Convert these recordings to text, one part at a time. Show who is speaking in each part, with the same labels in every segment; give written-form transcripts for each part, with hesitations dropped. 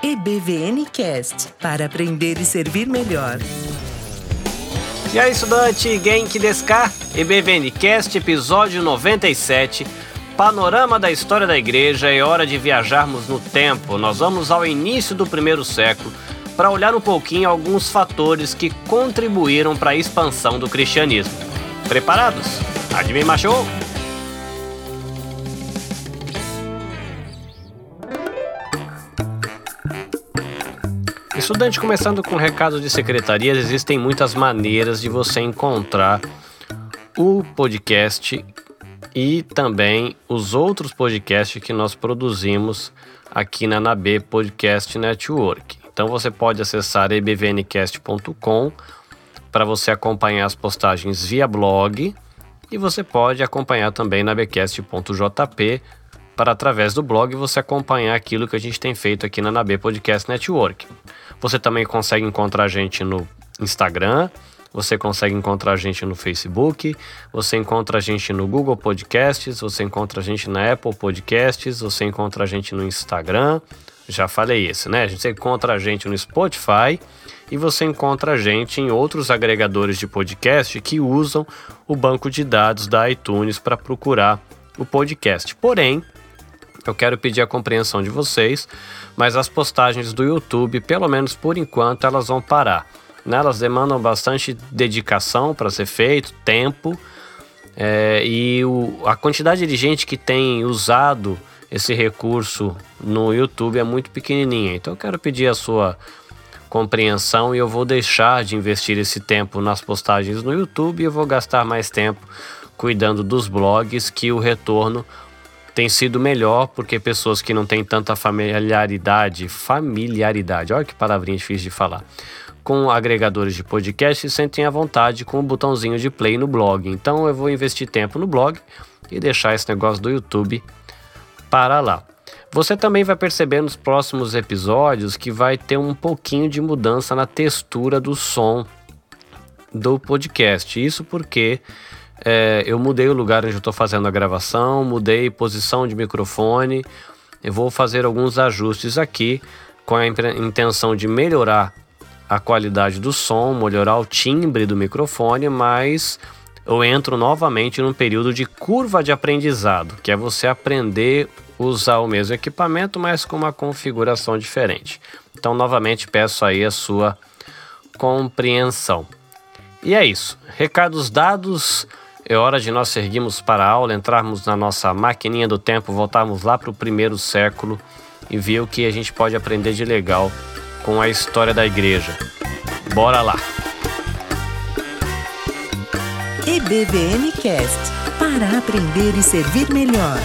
Speaker 1: EBVNcast, para aprender e servir melhor.
Speaker 2: E aí, estudante, Genki desu ka? EBVNcast, episódio 97. Panorama da história da igreja. É hora de viajarmos no tempo. Nós vamos ao início do primeiro século para olhar um pouquinho alguns fatores que contribuíram para a expansão do cristianismo. Preparados? Hajime mashou! Estudante, começando com recados de secretarias, existem muitas maneiras de você encontrar o podcast e também os outros podcasts que nós produzimos aqui na NAB Podcast Network. Então você pode acessar ebvncast.com para você acompanhar as postagens via blog e você pode acompanhar também na nabcast.jp para através do blog você acompanhar aquilo que a gente tem feito aqui na NAB Podcast Network. Você também consegue encontrar a gente no Instagram, você consegue encontrar a gente no Facebook, você encontra a gente no Google Podcasts, você encontra a gente na Apple Podcasts, você encontra a gente no Instagram, já falei isso, né? Você encontra a gente no Spotify e você encontra a gente em outros agregadores de podcast que usam o banco de dados da iTunes para procurar o podcast. Porém, eu quero pedir a compreensão de vocês, mas as postagens do YouTube, pelo menos por enquanto, elas vão parar. Elas demandam bastante dedicação para ser feito, tempo, e a quantidade de gente que tem usado esse recurso no YouTube é muito pequenininha. Então eu quero pedir a sua compreensão e eu vou deixar de investir esse tempo nas postagens no YouTube e eu vou gastar mais tempo cuidando dos blogs, que o retorno tem sido melhor, porque pessoas que não têm tanta familiaridade, olha que palavrinha difícil de falar, com agregadores de podcast, se sentem à vontade com o botãozinho de play no blog. Então eu vou investir tempo no blog e deixar esse negócio do YouTube para lá. Você também vai perceber nos próximos episódios que vai ter um pouquinho de mudança na textura do som do podcast. Isso porque eu mudei o lugar onde eu estou fazendo a gravação, mudei posição de microfone, eu vou fazer alguns ajustes aqui com a intenção de melhorar a qualidade do som, melhorar o timbre do microfone, mas eu entro novamente num período de curva de aprendizado, que é você aprender a usar o mesmo equipamento, mas com uma configuração diferente. Então, novamente, peço aí a sua compreensão. E é isso. Recados dados. É hora de nós seguirmos para a aula, entrarmos na nossa maquininha do tempo, voltarmos lá para o primeiro século e ver o que a gente pode aprender de legal com a história da igreja. Bora lá!
Speaker 1: EBVNcast, para aprender e servir melhor.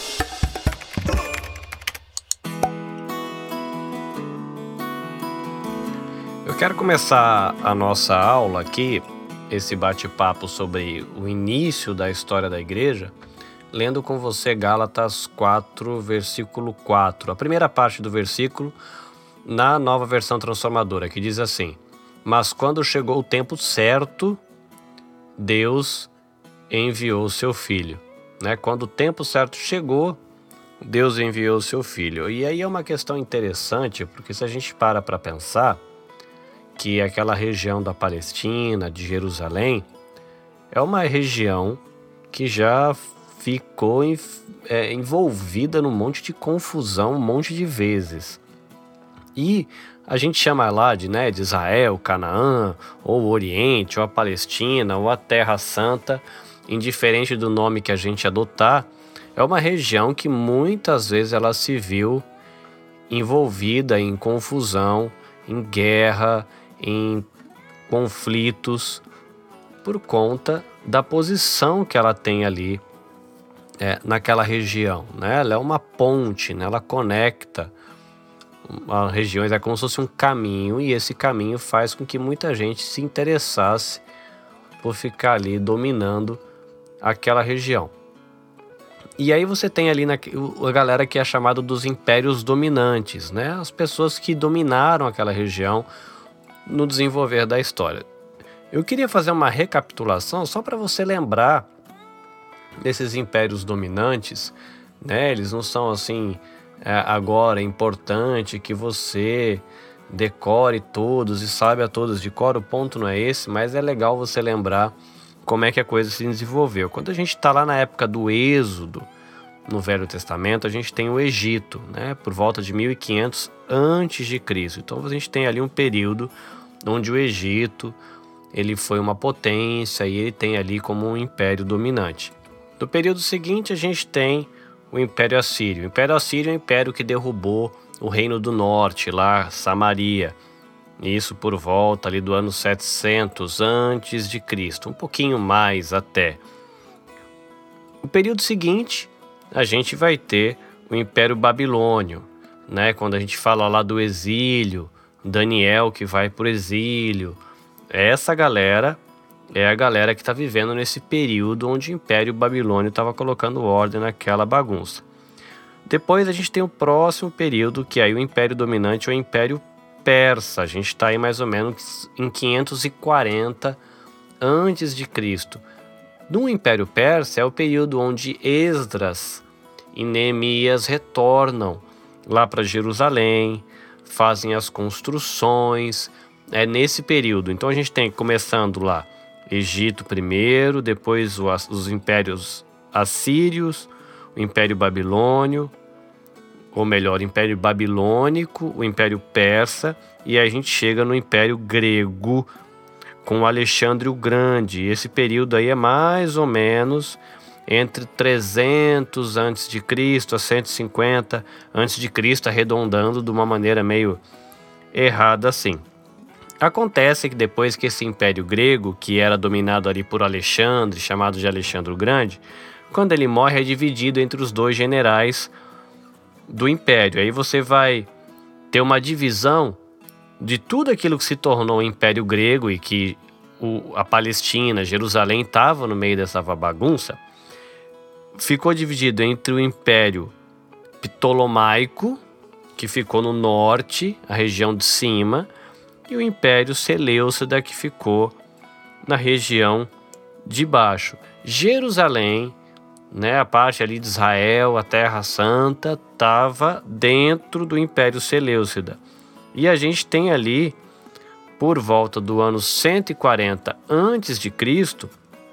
Speaker 2: Eu quero começar a nossa aula aqui, esse bate-papo sobre o início da história da igreja, lendo com você Gálatas 4, versículo 4. A primeira parte do versículo, na Nova Versão Transformadora, que diz assim: mas quando chegou o tempo certo, Deus enviou o seu Filho. Quando o tempo certo chegou, Deus enviou o seu Filho. E aí é uma questão interessante, porque se a gente para pensar, que aquela região da Palestina, de Jerusalém, é uma região que já ficou envolvida num monte de confusão, um monte de vezes. E a gente chama lá de Israel, Canaã, ou o Oriente, ou a Palestina, ou a Terra Santa, indiferente do nome que a gente adotar, é uma região que muitas vezes ela se viu envolvida em confusão, em guerra, em conflitos, por conta da posição que ela tem ali naquela região. Ela é uma ponte, ela conecta as regiões, é como se fosse um caminho, e esse caminho faz com que muita gente se interessasse por ficar ali dominando aquela região. E aí você tem ali a galera que é chamada dos impérios dominantes, as pessoas que dominaram aquela região no desenvolver da história. Eu queria fazer uma recapitulação só para você lembrar desses impérios dominantes, eles não são assim agora é importante que você decore todos e saiba todos de cor. O ponto não é esse, mas é legal você lembrar como é que a coisa se desenvolveu. Quando a gente está lá na época do Êxodo, no Velho Testamento, a gente tem o Egito, né, por volta de 1500 antes de Cristo. Então a gente tem ali um período onde o Egito ele foi uma potência e ele tem ali como um império dominante. No período seguinte a gente tem o Império Assírio. O Império Assírio é um império que derrubou o Reino do Norte, lá Samaria. Isso por volta ali do ano 700 antes de Cristo, um pouquinho mais até. No período seguinte a gente vai ter o Império Babilônio, né? Quando a gente fala lá do exílio, Daniel que vai para o exílio, essa galera é a galera que está vivendo nesse período onde o Império Babilônio estava colocando ordem naquela bagunça. Depois a gente tem o próximo período, que é aí o Império Dominante, ou o Império Persa. A gente está aí mais ou menos em 540 antes de Cristo. No Império Persa é o período onde Esdras e Neemias retornam lá para Jerusalém, fazem as construções, é nesse período. Então a gente tem começando lá Egito primeiro, depois os impérios assírios, o Império Babilônio, ou melhor, o Império Babilônico, o Império Persa, e aí a gente chega no Império Grego, com Alexandre o Grande. Esse período aí é mais ou menos entre 300 a.C. a 150 a.C., arredondando de uma maneira meio errada assim. Acontece que depois que esse Império Grego, que era dominado ali por Alexandre, chamado de Alexandre o Grande, quando ele morre é dividido entre os dois generais do Império. Aí você vai ter uma divisão de tudo aquilo que se tornou o Império Grego e que a Palestina, Jerusalém estava no meio dessa bagunça, ficou dividido entre o Império Ptolomaico, que ficou no norte, a região de cima, e o Império Seleucida, que ficou na região de baixo. Jerusalém, né, a parte ali de Israel, a Terra Santa, estava dentro do Império Seleucida. E a gente tem ali, por volta do ano 140 a.C.,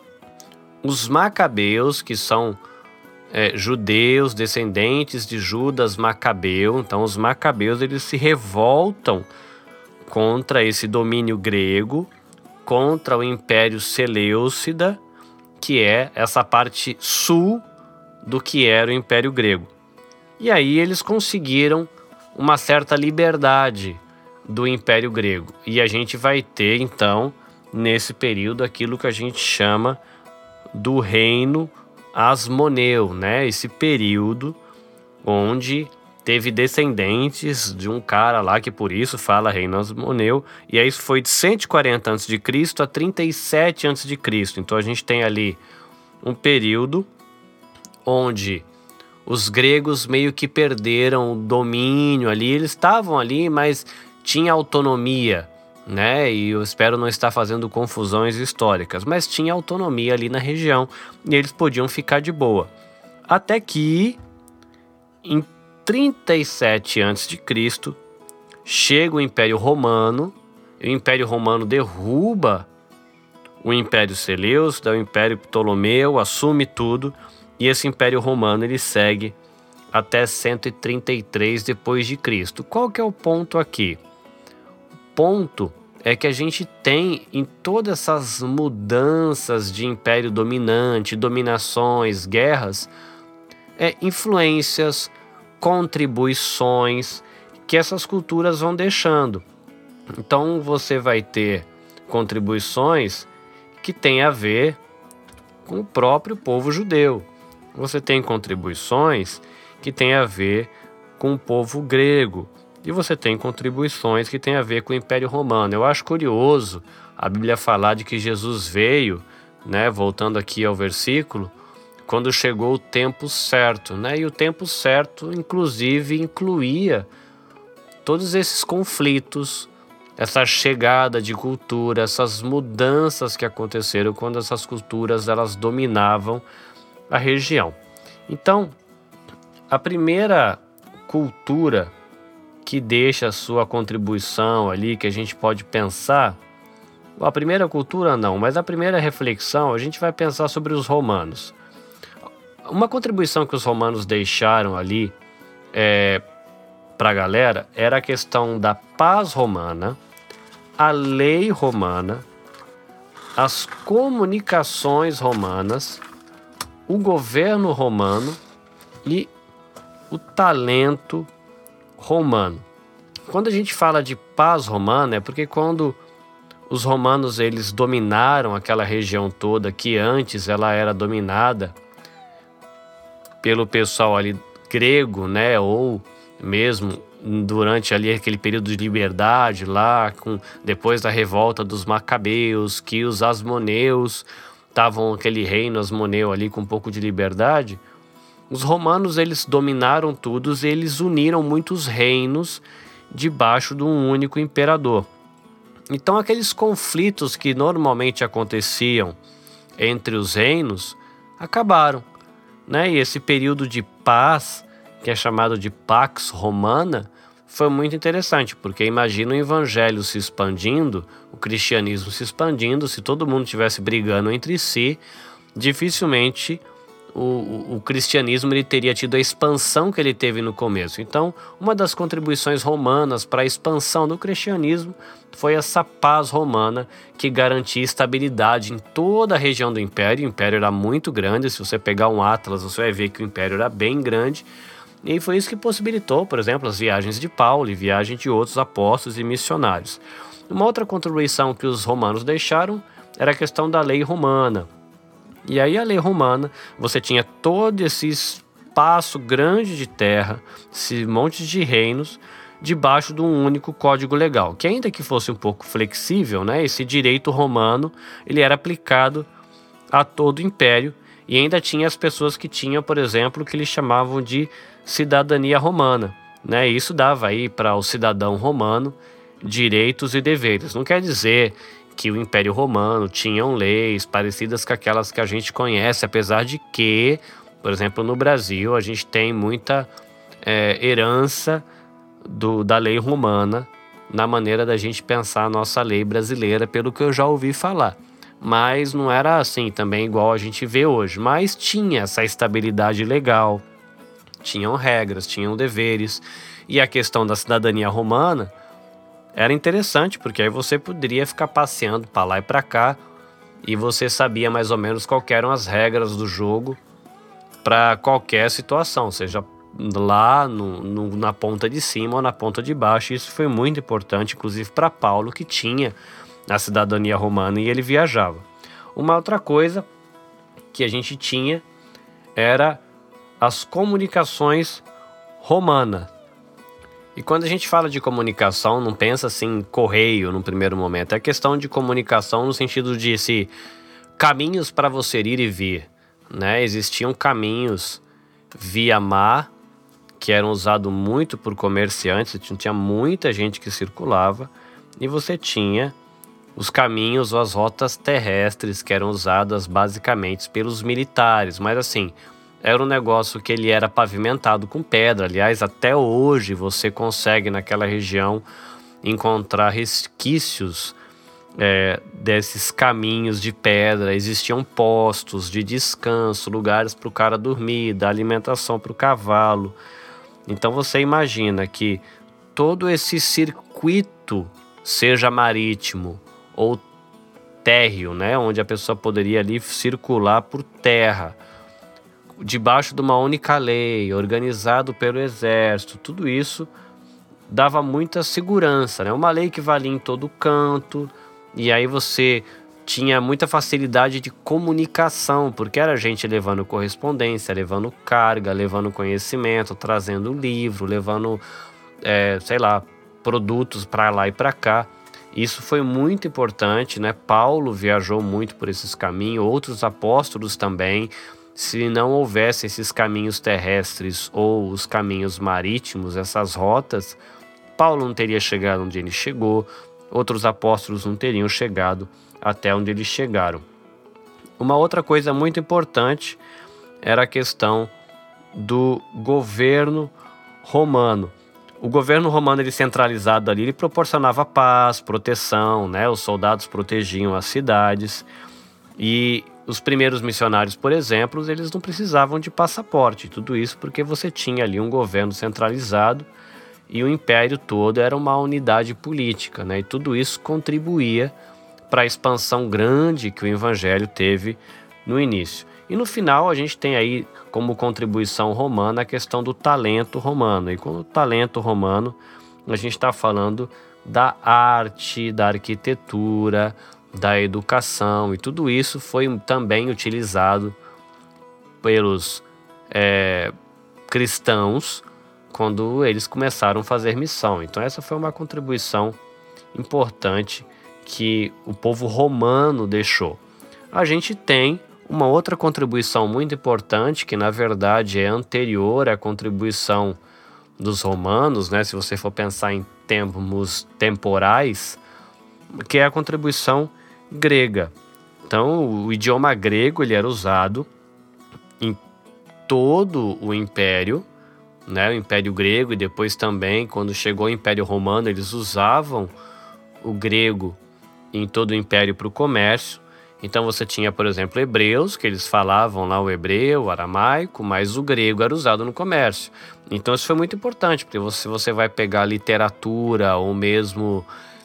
Speaker 2: os Macabeus, que são judeus, descendentes de Judas Macabeu. Então os Macabeus eles se revoltam contra esse domínio grego, contra o Império Seleucida, que é essa parte sul do que era o Império Grego. E aí eles conseguiram uma certa liberdade do Império Grego. E a gente vai ter, então, nesse período, aquilo que a gente chama do Reino Asmoneu, né? Esse período onde teve descendentes de um cara lá que por isso fala Reino Asmoneu, e aí isso foi de 140 a.C. a 37 a.C. Então a gente tem ali um período onde os gregos meio que perderam o domínio ali, eles estavam ali, mas tinha autonomia, né? E eu espero não estar fazendo confusões históricas, mas tinha autonomia ali na região e eles podiam ficar de boa. Até que em 37 a.C. chega o Império Romano, e o Império Romano derruba o Império Seleucida, o Império Ptolomeu, assume tudo, e esse Império Romano ele segue até 133 depois de Cristo. Qual que é o ponto aqui? O ponto é que a gente tem em todas essas mudanças de império dominante, dominações, guerras, influências, contribuições que essas culturas vão deixando. Então você vai ter contribuições que têm a ver com o próprio povo judeu. Você tem contribuições que têm a ver com o povo grego. E você tem contribuições que têm a ver com o Império Romano. Eu acho curioso a Bíblia falar de que Jesus veio, né, voltando aqui ao versículo, quando chegou o tempo certo, né? E o tempo certo, inclusive, incluía todos esses conflitos, essa chegada de cultura, essas mudanças que aconteceram quando essas culturas elas dominavam a região. Então, a primeira cultura que deixa a sua contribuição ali, que a gente pode pensar. A primeira cultura não, mas a primeira reflexão a gente vai pensar sobre os romanos. Uma contribuição que os romanos deixaram ali para a galera era a questão da paz romana, a lei romana, as comunicações romanas, o governo romano e o talento romano. Quando a gente fala de paz romana, é porque quando os romanos eles dominaram aquela região toda que antes ela era dominada pelo pessoal ali grego, né, ou mesmo durante ali aquele período de liberdade lá, depois da revolta dos macabeus, que os asmoneus estavam aquele reino asmoneu ali com um pouco de liberdade. Os romanos eles dominaram tudo e eles uniram muitos reinos debaixo de um único imperador. Então aqueles conflitos que normalmente aconteciam entre os reinos acabaram, né? E esse período de paz, que é chamado de Pax Romana, foi muito interessante, porque imagina o evangelho se expandindo, o cristianismo se expandindo, se todo mundo estivesse brigando entre si, dificilmente o cristianismo ele teria tido a expansão que ele teve no começo. Então, uma das contribuições romanas para a expansão do cristianismo foi essa paz romana que garantia estabilidade em toda a região do Império. O Império era muito grande, se você pegar um atlas, você vai ver que o Império era bem grande. E foi isso que possibilitou, por exemplo, as viagens de Paulo e viagem de outros apóstolos e missionários. Uma outra contribuição que os romanos deixaram era a questão da lei romana. E aí a lei romana, você tinha todo esse espaço grande de terra, esse monte de reinos, debaixo de um único código legal, que ainda que fosse um pouco flexível, né, esse direito romano ele era aplicado a todo o império, e ainda tinha as pessoas que tinham, por exemplo, o que eles chamavam de cidadania romana, né? Isso dava aí para o cidadão romano direitos e deveres. Não quer dizer que o Império Romano tinham leis parecidas com aquelas que a gente conhece, apesar de que, por exemplo, no Brasil a gente tem muita herança da lei romana na maneira da gente pensar a nossa lei brasileira, pelo que eu já ouvi falar. Mas não era assim também igual a gente vê hoje, mas tinha essa estabilidade legal, tinham regras, tinham deveres, e a questão da cidadania romana era interessante, porque aí você poderia ficar passeando para lá e para cá, e você sabia mais ou menos quais eram as regras do jogo para qualquer situação, seja lá na ponta de cima ou na ponta de baixo. Isso foi muito importante, inclusive para Paulo, que tinha a cidadania romana e ele viajava. Uma outra coisa que a gente tinha era as comunicações romanas. E quando a gente fala de comunicação, não pensa assim correio no primeiro momento. É questão de comunicação no sentido de caminhos para você ir e vir, né? Existiam caminhos via mar que eram usados muito por comerciantes, tinha muita gente que circulava, e você tinha os caminhos ou as rotas terrestres que eram usadas basicamente pelos militares, mas assim, era um negócio que ele era pavimentado com pedra. Aliás, até hoje você consegue naquela região encontrar resquícios desses caminhos de pedra. Existiam postos de descanso, lugares para o cara dormir, dar alimentação para o cavalo. Então você imagina que todo esse circuito, seja marítimo ou térreo, né, onde a pessoa poderia ali circular por terra, debaixo de uma única lei, organizado pelo exército, tudo isso dava muita segurança, né? Uma lei que valia em todo canto, e aí você tinha muita facilidade de comunicação, porque era gente levando correspondência, levando carga, levando conhecimento, trazendo livro, levando, produtos para lá e para cá. Isso foi muito importante, né? Paulo viajou muito por esses caminhos, outros apóstolos também. Se não houvesse esses caminhos terrestres ou os caminhos marítimos, essas rotas, Paulo não teria chegado onde ele chegou, outros apóstolos não teriam chegado até onde eles chegaram. Uma outra coisa muito importante era a questão do governo romano. O governo romano, ele centralizado ali, ele proporcionava paz, proteção, né? Os soldados protegiam as cidades. E os primeiros missionários, por exemplo, eles não precisavam de passaporte. Tudo isso porque você tinha ali um governo centralizado e o império todo era uma unidade política, né? E tudo isso contribuía para a expansão grande que o evangelho teve no início. E no final a gente tem aí como contribuição romana a questão do talento romano. E com o talento romano a gente está falando da arte, da arquitetura, da educação, e tudo isso foi também utilizado pelos cristãos quando eles começaram a fazer missão. Então essa foi uma contribuição importante que o povo romano deixou. A gente tem uma outra contribuição muito importante, que na verdade é anterior à contribuição dos romanos, né? Se você for pensar em termos temporais, que é a contribuição grega. Então, o idioma grego ele era usado em todo o Império, né? O Império Grego, e depois também, quando chegou o Império Romano, eles usavam o grego em todo o Império para o comércio. Então você tinha, por exemplo, hebreus, que eles falavam lá o hebreu, o aramaico, mas o grego era usado no comércio. Então isso foi muito importante, porque se você vai pegar literatura ou mesmo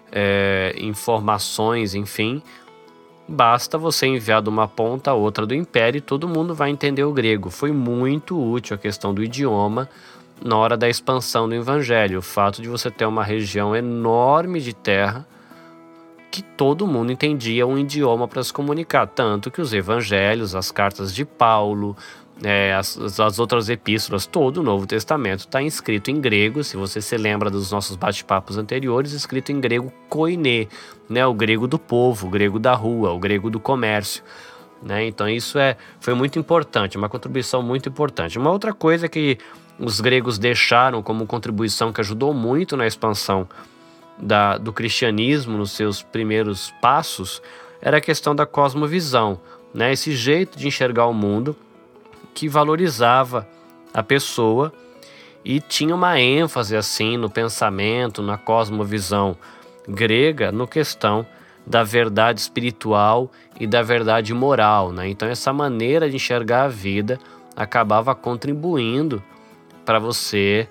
Speaker 2: informações, enfim, basta você enviar de uma ponta a outra do império e todo mundo vai entender o grego. Foi muito útil a questão do idioma na hora da expansão do evangelho. O fato de você ter uma região enorme de terra que todo mundo entendia um idioma para se comunicar, tanto que os evangelhos, as cartas de Paulo, as outras epístolas, todo o Novo Testamento está escrito em grego. Se você se lembra dos nossos bate-papos anteriores, escrito em grego koiné, né? O grego do povo, o grego da rua, o grego do comércio, né? Então isso foi muito importante, uma contribuição muito importante. Uma outra coisa que os gregos deixaram como contribuição que ajudou muito na expansão do cristianismo nos seus primeiros passos era a questão da cosmovisão, né? Esse jeito de enxergar o mundo que valorizava a pessoa e tinha uma ênfase assim no pensamento, na cosmovisão grega, no questão da verdade espiritual e da verdade moral, né? Então essa maneira de enxergar a vida acabava contribuindo para você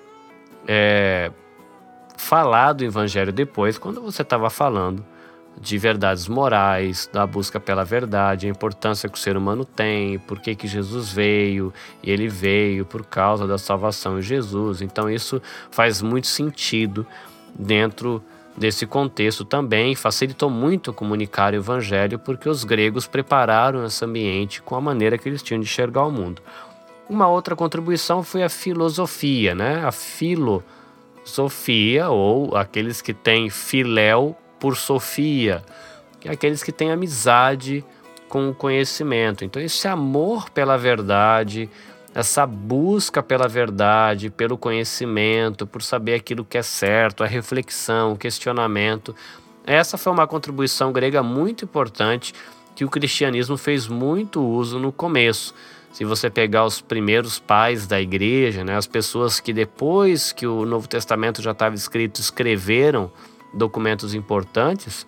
Speaker 2: falar do evangelho depois, quando você estava falando de verdades morais, da busca pela verdade, a importância que o ser humano tem, por que Jesus veio, e ele veio por causa da salvação em Jesus. Então isso faz muito sentido dentro desse contexto também, facilitou muito comunicar o evangelho, porque os gregos prepararam esse ambiente com a maneira que eles tinham de enxergar o mundo. Uma outra contribuição foi a filosofia, né? A filosofia, ou aqueles que têm filéu por sofia, que é aqueles que têm amizade com o conhecimento. Então esse amor pela verdade, essa busca pela verdade, pelo conhecimento, por saber aquilo que é certo, a reflexão, o questionamento, essa foi uma contribuição grega muito importante que o cristianismo fez muito uso no começo. Se você pegar os primeiros pais da igreja, né, as pessoas que depois que o Novo Testamento já estava escrito, escreveram documentos importantes,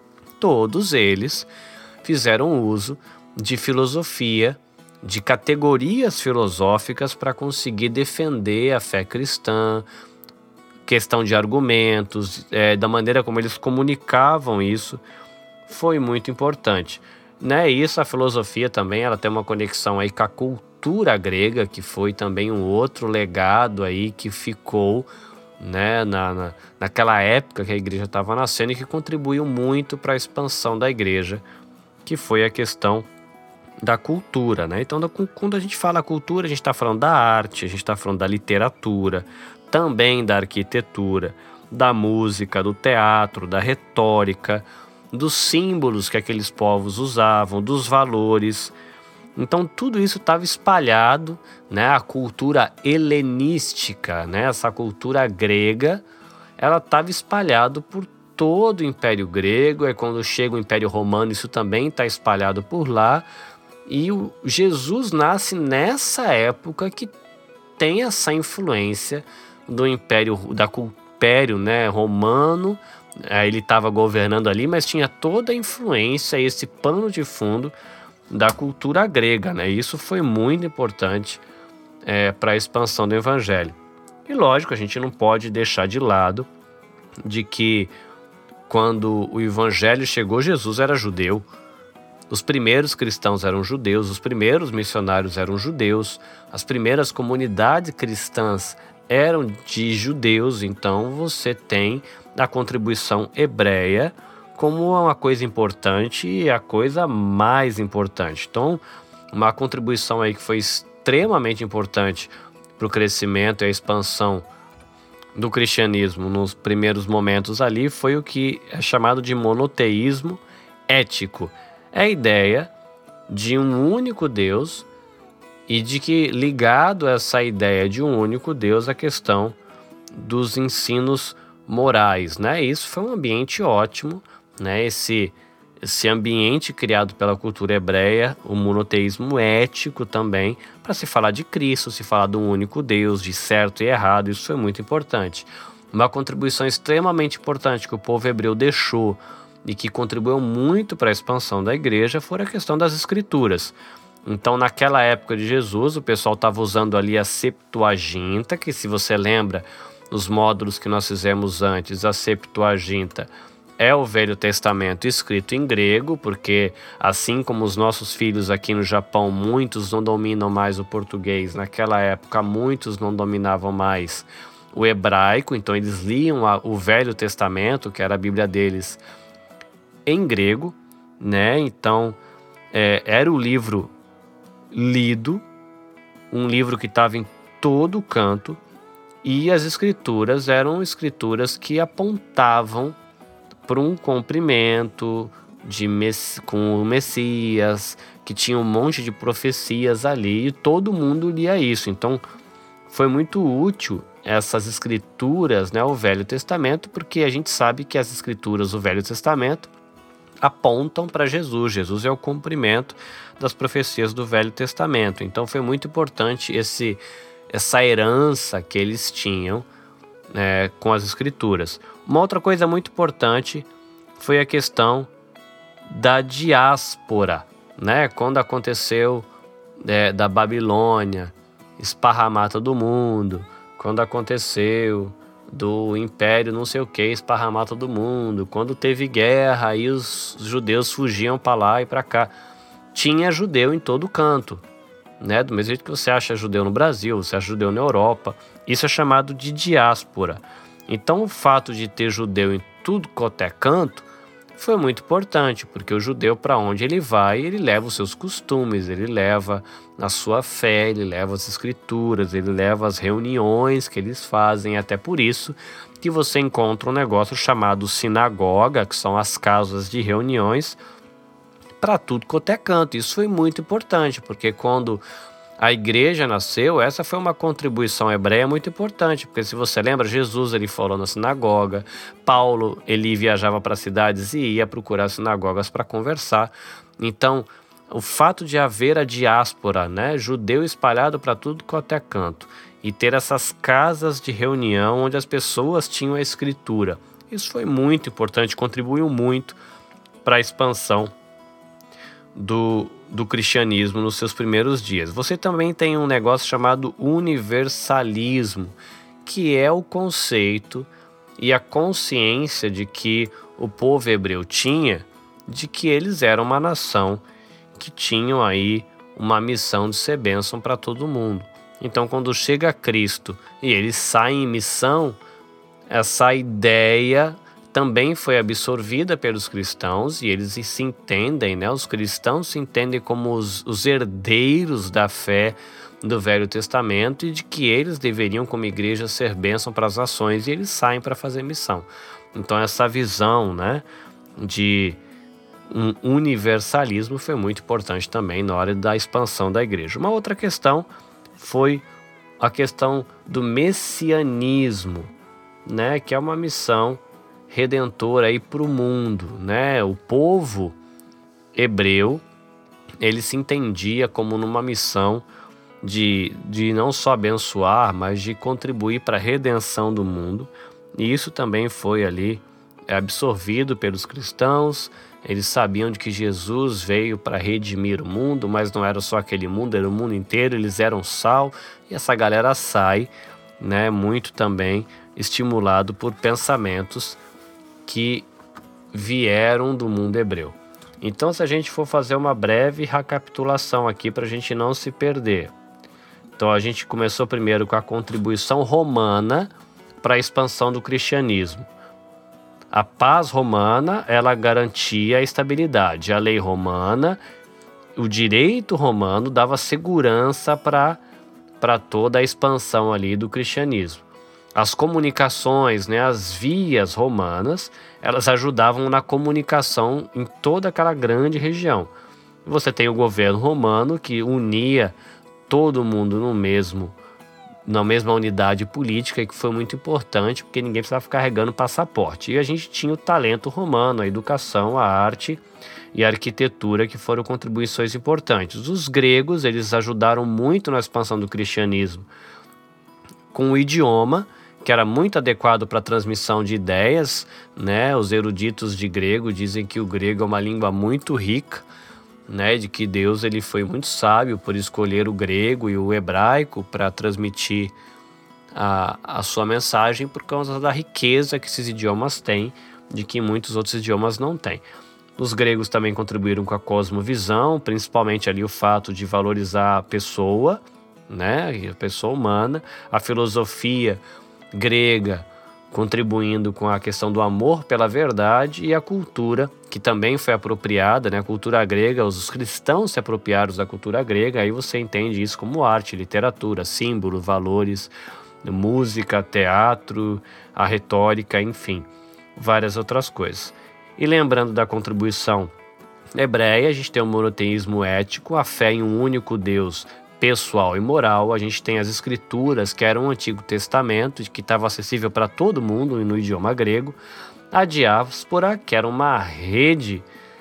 Speaker 2: todos eles fizeram uso de filosofia, de categorias filosóficas para conseguir defender a fé cristã, questão de argumentos, da maneira como eles comunicavam isso, foi muito importante. Né? Isso, a filosofia também, ela tem uma conexão aí com a cultura grega, que foi também um outro legado aí que ficou, né, naquela época que a igreja estava nascendo e que contribuiu muito para a expansão da igreja, que foi a questão da cultura, né? Então, quando a gente fala cultura, a gente está falando da arte, a gente está falando da literatura, também da arquitetura, da música, do teatro, da retórica, dos símbolos que aqueles povos usavam, dos valores. Então tudo isso estava espalhado, né? A cultura helenística, né? Essa cultura grega, ela estava espalhada por todo o Império Grego. E quando chega o Império Romano, isso também está espalhado por lá. E Jesus nasce nessa época que tem essa influência do Império né, romano. Ele estava governando ali, mas tinha toda a influência, esse pano de fundo da cultura grega, né? Isso foi muito importante para a expansão do evangelho. E lógico, a gente não pode deixar de lado de que quando o evangelho chegou, Jesus era judeu. Os primeiros cristãos eram judeus, os primeiros missionários eram judeus, as primeiras comunidades cristãs eram de judeus, então você tem a contribuição hebreia como uma coisa importante e a coisa mais importante. Então, uma contribuição aí que foi extremamente importante para o crescimento e a expansão do cristianismo nos primeiros momentos ali foi o que é chamado de monoteísmo ético. É a ideia de um único Deus e de que, ligado a essa ideia de um único Deus, a questão dos ensinos morais, né? Isso foi um ambiente ótimo, né? Esse ambiente criado pela cultura hebreia, o monoteísmo ético também, para se falar de Cristo, se falar de um único Deus, de certo e errado, isso foi muito importante. Uma contribuição extremamente importante que o povo hebreu deixou e que contribuiu muito para a expansão da igreja foi a questão das escrituras. Então, naquela época de Jesus, o pessoal estava usando ali a Septuaginta, que, se você lembra, nos módulos que nós fizemos antes, a Septuaginta é o Velho Testamento escrito em grego, porque assim como os nossos filhos aqui no Japão, muitos não dominam mais o português, naquela época muitos não dominavam mais o hebraico, então eles liam o Velho Testamento, que era a Bíblia deles, em grego, né? Então era o livro lido, um livro que estava em todo canto, e as escrituras eram escrituras que apontavam para um cumprimento com o Messias, que tinha um monte de profecias ali, e todo mundo lia isso. Então foi muito útil essas escrituras, né, o Velho Testamento, porque a gente sabe que as escrituras do Velho Testamento apontam para Jesus. Jesus é o cumprimento das profecias do Velho Testamento. Então foi muito importante essa herança que eles tinham com as escrituras. Uma outra coisa muito importante foi a questão da diáspora, né? Quando aconteceu da Babilônia esparramar todo mundo, quando aconteceu do Império não sei o que esparramar todo mundo, quando teve guerra aí os judeus fugiam para lá e para cá. Tinha judeu em todo canto, né? Do mesmo jeito que você acha judeu no Brasil, você acha judeu na Europa. Isso é chamado de diáspora. Então o fato de ter judeu em tudo quanto é canto foi muito importante, porque o judeu, para onde ele vai, ele leva os seus costumes, ele leva a sua fé, ele leva as escrituras, ele leva as reuniões que eles fazem. Até por isso que você encontra um negócio chamado sinagoga, que são as casas de reuniões, para tudo quanto é canto. Isso foi muito importante, porque quando a igreja nasceu, essa foi uma contribuição hebreia muito importante, porque se você lembra, Jesus ele falou na sinagoga, Paulo ele viajava para cidades e ia procurar sinagogas para conversar. Então, o fato de haver a diáspora, né, judeu espalhado para tudo quanto é canto, e ter essas casas de reunião onde as pessoas tinham a escritura, isso foi muito importante, contribuiu muito para a expansão do cristianismo nos seus primeiros dias. Você também tem um negócio chamado universalismo, que é o conceito e a consciência de que o povo hebreu tinha, de que eles eram uma nação que tinham aí uma missão de ser bênção para todo mundo. Então, quando chega Cristo e eles saem em missão, essa ideia também foi absorvida pelos cristãos e eles se entendem, né? Os cristãos se entendem como os herdeiros da fé do Velho Testamento e de que eles deveriam, como igreja, ser bênção para as nações, e eles saem para fazer missão. Então essa visão, né, de um universalismo foi muito importante também na hora da expansão da igreja. Uma outra questão foi a questão do messianismo, né, que é uma missão redentor aí para o mundo, né? O povo hebreu, ele se entendia como numa missão de não só abençoar, mas de contribuir para a redenção do mundo. E isso também foi ali absorvido pelos cristãos. Eles sabiam de que Jesus veio para redimir o mundo, mas não era só aquele mundo, era o mundo inteiro. Eles eram sal, e essa galera sai, né, muito também estimulado por pensamentos que vieram do mundo hebreu. Então, se a gente for fazer uma breve recapitulação aqui para a gente não se perder. Então, a gente começou primeiro com a contribuição romana para a expansão do cristianismo. A paz romana, ela garantia a estabilidade. A lei romana, o direito romano dava segurança para toda a expansão ali do cristianismo. As comunicações, né, as vias romanas, elas ajudavam na comunicação em toda aquela grande região. Você tem o governo romano que unia todo mundo na mesma unidade política, e que foi muito importante, porque ninguém precisava ficar carregando passaporte. E a gente tinha o talento romano, a educação, a arte e a arquitetura, que foram contribuições importantes. Os gregos, eles ajudaram muito na expansão do cristianismo com o idioma, que era muito adequado para a transmissão de ideias, né? Os eruditos de grego dizem que o grego é uma língua muito rica, né? De que Deus ele foi muito sábio por escolher o grego e o hebraico para transmitir a sua mensagem, por causa da riqueza que esses idiomas têm, de que muitos outros idiomas não têm. Os gregos também contribuíram com a cosmovisão, principalmente ali o fato de valorizar a pessoa, né? A pessoa humana, a filosofia grega contribuindo com a questão do amor pela verdade, e a cultura, que também foi apropriada, né? A cultura grega, os cristãos se apropriaram da cultura grega. Aí você entende isso como arte, literatura, símbolos, valores, música, teatro, a retórica, enfim, várias outras coisas. E lembrando da contribuição hebreia, a gente tem o monoteísmo ético, a fé em um único Deus pessoal e moral. A gente tem as escrituras, que eram o Antigo Testamento, que estava acessível para todo mundo no idioma grego. A diáspora, que era uma rede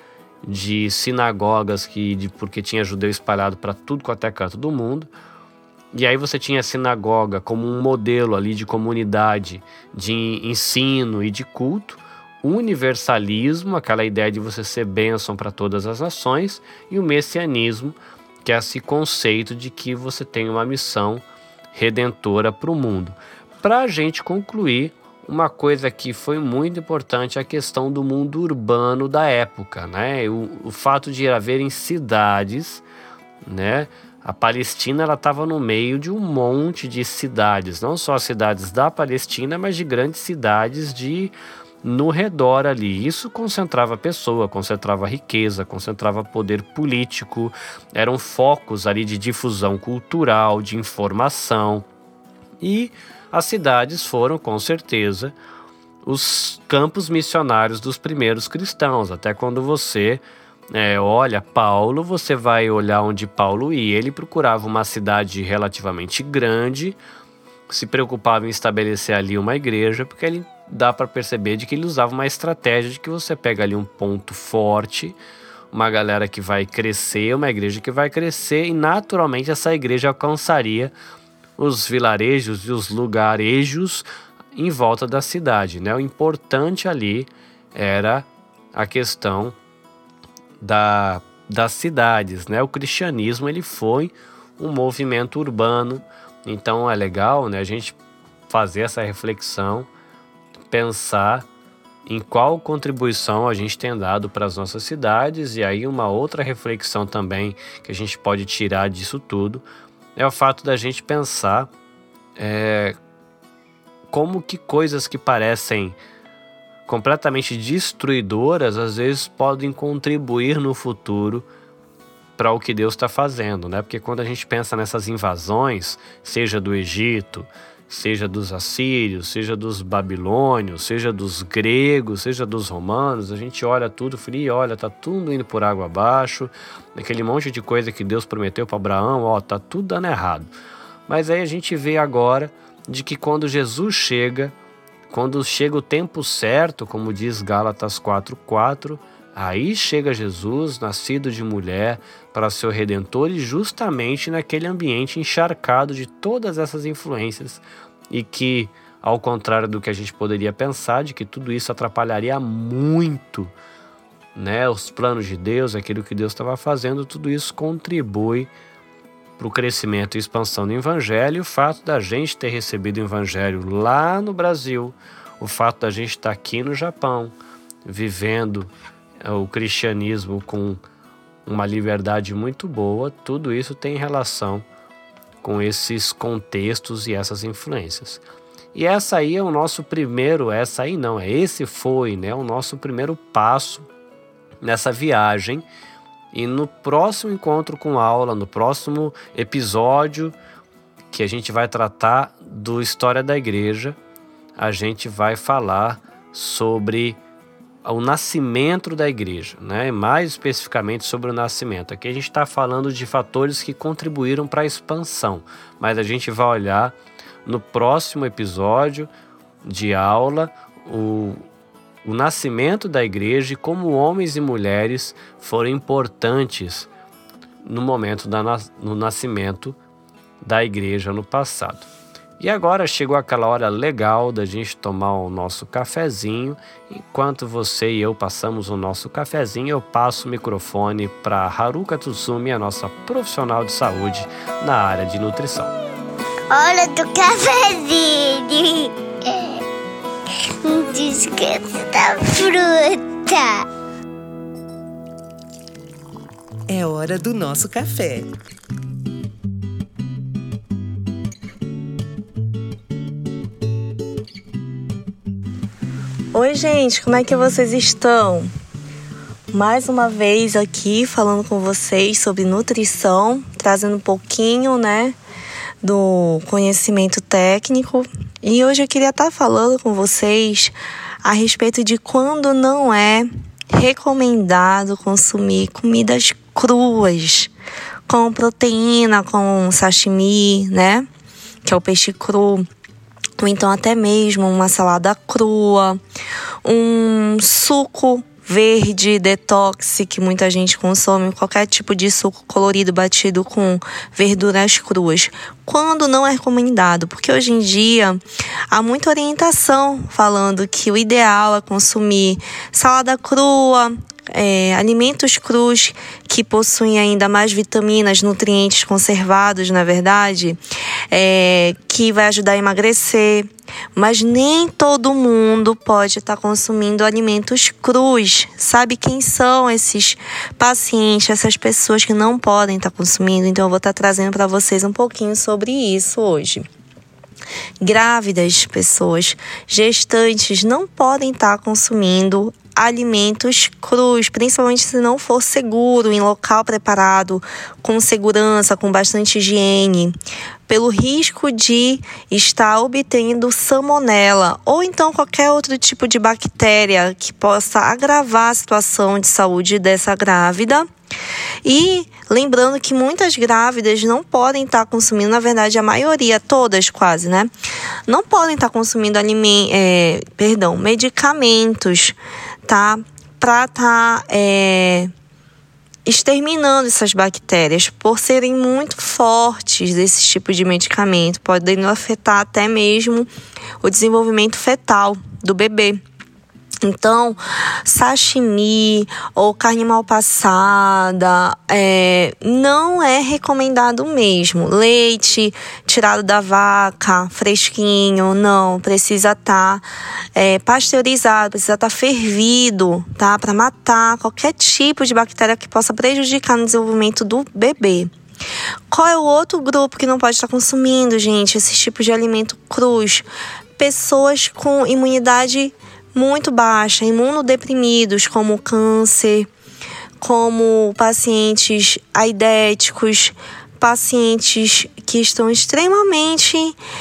Speaker 2: de sinagogas, porque tinha judeu espalhado para tudo quanto é canto do mundo. E aí você tinha a sinagoga como um modelo ali de comunidade, de ensino e de culto. O universalismo, aquela ideia de você ser bênção para todas as nações. E o messianismo, que é esse conceito de que você tem uma missão redentora para o mundo. Para a gente concluir, uma coisa que foi muito importante é a questão do mundo urbano da época, né? O fato de haverem cidades, né? A Palestina estava no meio de um monte de cidades, não só as cidades da Palestina, mas de grandes cidades no redor ali. Isso concentrava pessoa, concentrava riqueza, concentrava poder político, eram focos ali de difusão cultural, de informação. E as cidades foram, com certeza, os campos missionários dos primeiros cristãos. Até quando você olha Paulo, você vai olhar onde Paulo ia. Ele procurava uma cidade relativamente grande, se preocupava em estabelecer ali uma igreja, porque ele dá para perceber de que ele usava uma estratégia de que você pega ali um ponto forte, uma galera que vai crescer, uma igreja que vai crescer, e naturalmente essa igreja alcançaria os vilarejos e os lugarejos em volta da cidade, né? O importante ali era a questão das cidades, né? O cristianismo ele foi um movimento urbano, então é legal, né, a gente fazer essa reflexão, pensar em qual contribuição a gente tem dado para as nossas cidades. E aí uma outra reflexão também que a gente pode tirar disso tudo é o fato da gente pensar como que coisas que parecem completamente destruidoras às vezes podem contribuir no futuro para o que Deus está fazendo, né? Porque quando a gente pensa nessas invasões, seja do Egito, seja dos assírios, seja dos babilônios, seja dos gregos, seja dos romanos, a gente olha tudo e olha, tá tudo indo por água abaixo, aquele monte de coisa que Deus prometeu para Abraão, tá tudo dando errado. Mas aí a gente vê agora de que quando Jesus chega, quando chega o tempo certo, como diz Gálatas 4:4, Aí chega Jesus, nascido de mulher, para ser o Redentor, e justamente naquele ambiente encharcado de todas essas influências, e que, ao contrário do que a gente poderia pensar, de que tudo isso atrapalharia muito, né, os planos de Deus, aquilo que Deus estava fazendo, tudo isso contribui para o crescimento e expansão do Evangelho. O fato da gente ter recebido o Evangelho lá no Brasil, o fato da gente estar aqui no Japão, vivendo o cristianismo com uma liberdade muito boa, tudo isso tem relação com esses contextos e essas influências. E esse foi, né, o nosso primeiro passo nessa viagem. E no próximo encontro com aula, no próximo episódio que a gente vai tratar do História da Igreja, a gente vai falar sobre o nascimento da igreja, né? Mais especificamente sobre o nascimento. Aqui a gente está falando de fatores que contribuíram para a expansão, mas a gente vai olhar no próximo episódio de aula o nascimento da igreja e como homens e mulheres foram importantes no momento no nascimento da igreja no passado. E agora chegou aquela hora legal da gente tomar o nosso cafezinho. Enquanto você e eu passamos o nosso cafezinho, eu passo o microfone para Haruka Tsumi, a nossa profissional de saúde na área de nutrição.
Speaker 3: Hora do cafezinho. Não esqueça da fruta.
Speaker 1: É hora do nosso café.
Speaker 4: Oi, gente, como é que vocês estão? Mais uma vez aqui falando com vocês sobre nutrição, trazendo um pouquinho, né, do conhecimento técnico. E hoje eu queria estar falando com vocês a respeito de quando não é recomendado consumir comidas cruas, com proteína, com sashimi, né, que é o peixe cru. Ou então até mesmo uma salada crua, um suco verde detox que muita gente consome, qualquer tipo de suco colorido batido com verduras cruas, quando não é recomendado, porque hoje em dia há muita orientação falando que o ideal é consumir salada crua, alimentos crus que possuem ainda mais vitaminas, nutrientes conservados, na verdade, que vai ajudar a emagrecer. Mas nem todo mundo pode estar consumindo alimentos crus. Sabe quem são esses pacientes, essas pessoas que não podem estar consumindo? Então eu vou estar trazendo para vocês um pouquinho sobre isso hoje. Grávidas, pessoas gestantes não podem estar consumindo alimentos crus, principalmente se não for seguro, em local preparado, com segurança, com bastante higiene, pelo risco de estar obtendo salmonela ou então qualquer outro tipo de bactéria que possa agravar a situação de saúde dessa grávida. E lembrando que muitas grávidas não podem estar consumindo, na verdade a maioria, todas quase, né? Não podem estar consumindo medicamentos, tá? Para estar exterminando essas bactérias, por serem muito fortes desse tipo de medicamento, podendo afetar até mesmo o desenvolvimento fetal do bebê. Então, sashimi ou carne mal passada não é recomendado mesmo. Leite tirado da vaca, fresquinho, não. Precisa estar pasteurizado, precisa estar fervido, tá? Para matar qualquer tipo de bactéria que possa prejudicar no desenvolvimento do bebê. Qual é o outro grupo que não pode estar consumindo, gente, esses tipos de alimento crus? Pessoas com imunidade muito baixa, imunodeprimidos, como câncer, como pacientes aidéticos, pacientes que estão extremamente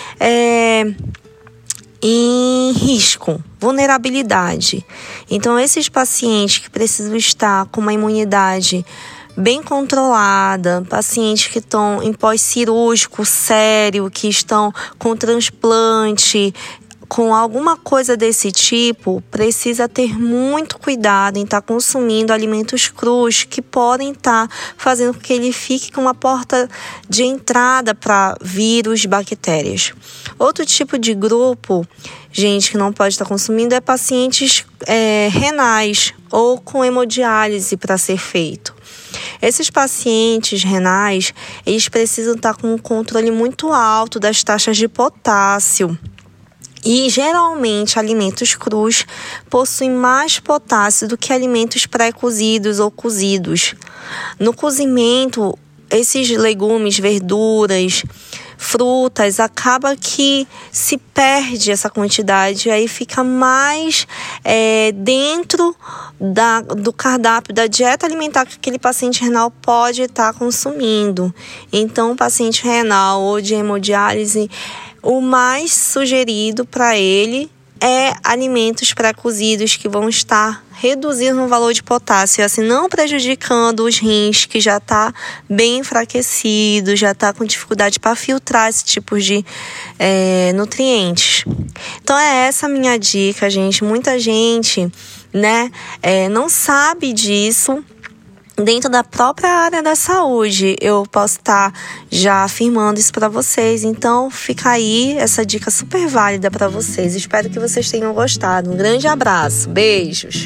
Speaker 4: em risco, vulnerabilidade. Então, esses pacientes que precisam estar com uma imunidade bem controlada, pacientes que estão em pós-cirúrgico sério, que estão com transplante, com alguma coisa desse tipo, precisa ter muito cuidado em estar consumindo alimentos crus que podem estar fazendo com que ele fique com uma porta de entrada para vírus, bactérias. Outro tipo de grupo, gente, que não pode estar consumindo é pacientes renais ou com hemodiálise para ser feito. Esses pacientes renais, eles precisam estar com um controle muito alto das taxas de potássio. E, geralmente, alimentos crus possuem mais potássio do que alimentos pré-cozidos ou cozidos. No cozimento, esses legumes, verduras, frutas, acaba que se perde essa quantidade, aí fica mais dentro do cardápio da dieta alimentar que aquele paciente renal pode estar consumindo. Então, o paciente renal ou de hemodiálise, o mais sugerido para ele é alimentos pré-cozidos que vão estar reduzindo o valor de potássio, assim, não prejudicando os rins, que já está bem enfraquecido, já está com dificuldade para filtrar esse tipo de nutrientes. Então, é essa a minha dica, gente. Muita gente, não sabe disso. Dentro da própria área da saúde, eu posso estar já afirmando isso para vocês. Então, fica aí essa dica super válida para vocês. Espero que vocês tenham gostado. Um grande abraço. Beijos.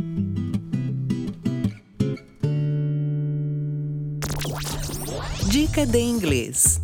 Speaker 1: Dica de inglês.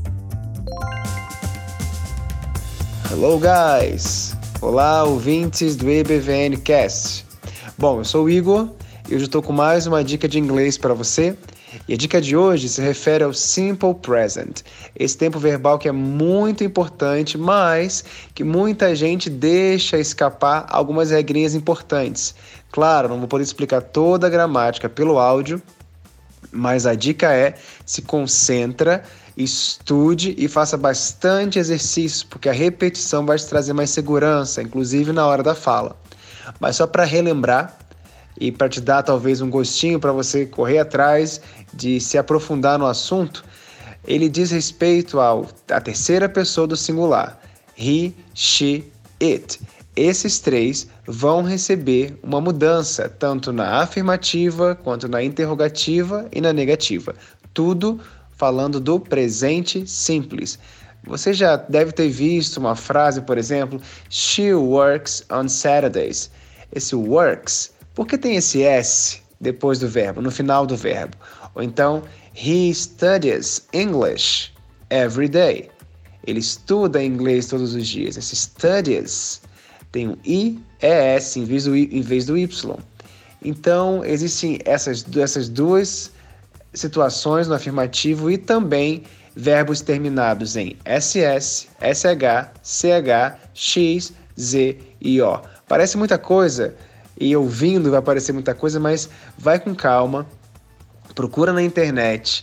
Speaker 5: Hello, guys! Olá, ouvintes do EBVN Cast. Bom, eu sou o Igor e hoje estou com mais uma dica de inglês para você. E a dica de hoje se refere ao Simple Present. Esse tempo verbal que é muito importante, mas que muita gente deixa escapar algumas regrinhas importantes. Claro, não vou poder explicar toda a gramática pelo áudio, mas a dica é: se concentra, estude e faça bastante exercício, porque a repetição vai te trazer mais segurança, inclusive na hora da fala. Mas só para relembrar e para te dar talvez um gostinho para você correr atrás de se aprofundar no assunto, ele diz respeito à terceira pessoa do singular: he, she, it. Esses três vão receber uma mudança, tanto na afirmativa, quanto na interrogativa e na negativa. Tudo falando do presente simples. Você já deve ter visto uma frase, por exemplo, she works on Saturdays. Esse works, por que tem esse S depois do verbo, no final do verbo? Ou então, he studies English every day. Ele estuda inglês todos os dias. Esse studies tem um I-E-S em vez do Y. Então, existem essas duas situações no afirmativo e também verbos terminados em SS, SH, CH, X, Z e O. Parece muita coisa e ouvindo vai parecer muita coisa, mas vai com calma, procura na internet,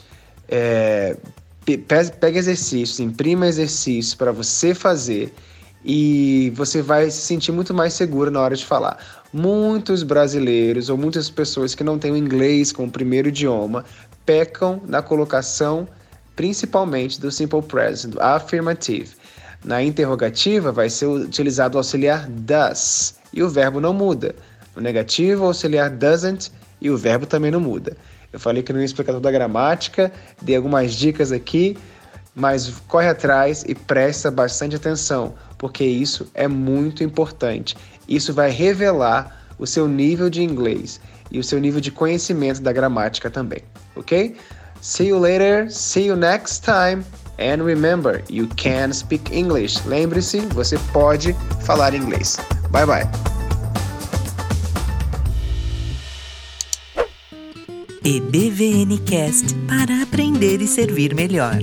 Speaker 5: pega exercícios, imprima exercícios para você fazer e você vai se sentir muito mais seguro na hora de falar. Muitos brasileiros ou muitas pessoas que não têm o inglês como primeiro idioma pecam na colocação principalmente do simple present, do affirmative. Na interrogativa vai ser utilizado o auxiliar does e o verbo não muda. No negativo, o auxiliar doesn't e o verbo também não muda. Eu falei que não ia explicar toda a gramática, dei algumas dicas aqui, mas corre atrás e presta bastante atenção, porque isso é muito importante. Isso vai revelar o seu nível de inglês e o seu nível de conhecimento da gramática também, ok? See you later, see you next time, and remember, you can speak English. Lembre-se, você pode falar inglês. Bye bye.
Speaker 1: EBVN Cast, para aprender e servir melhor.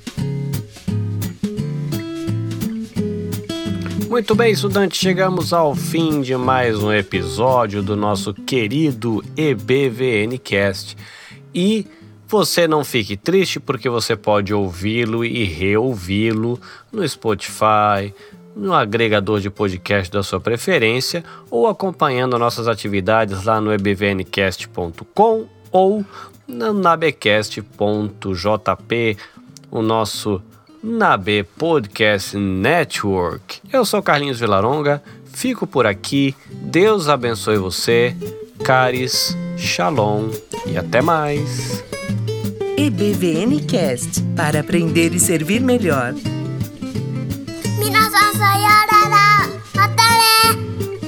Speaker 2: Muito bem, estudantes, chegamos ao fim de mais um episódio do nosso querido EBVN Cast. E você não fique triste, porque você pode ouvi-lo e reouvi-lo no Spotify, no agregador de podcast da sua preferência, ou acompanhando nossas atividades lá no ebvncast.com ou no nabecast.jp, o nosso NAB Podcast Network. Eu sou Carlinhos Vilaronga, fico por aqui, Deus abençoe você, caris, shalom e até mais.
Speaker 1: EBVNcast, para aprender e servir melhor.
Speaker 3: Minasan sayonara. Mata ne.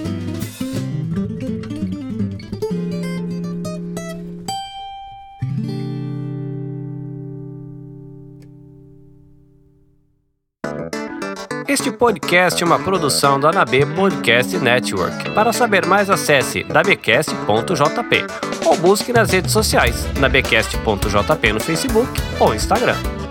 Speaker 2: Este podcast é uma produção da NAB Podcast Network. Para saber mais, acesse nabcast.jp ou busque nas redes sociais nabcast.jp no Facebook ou Instagram.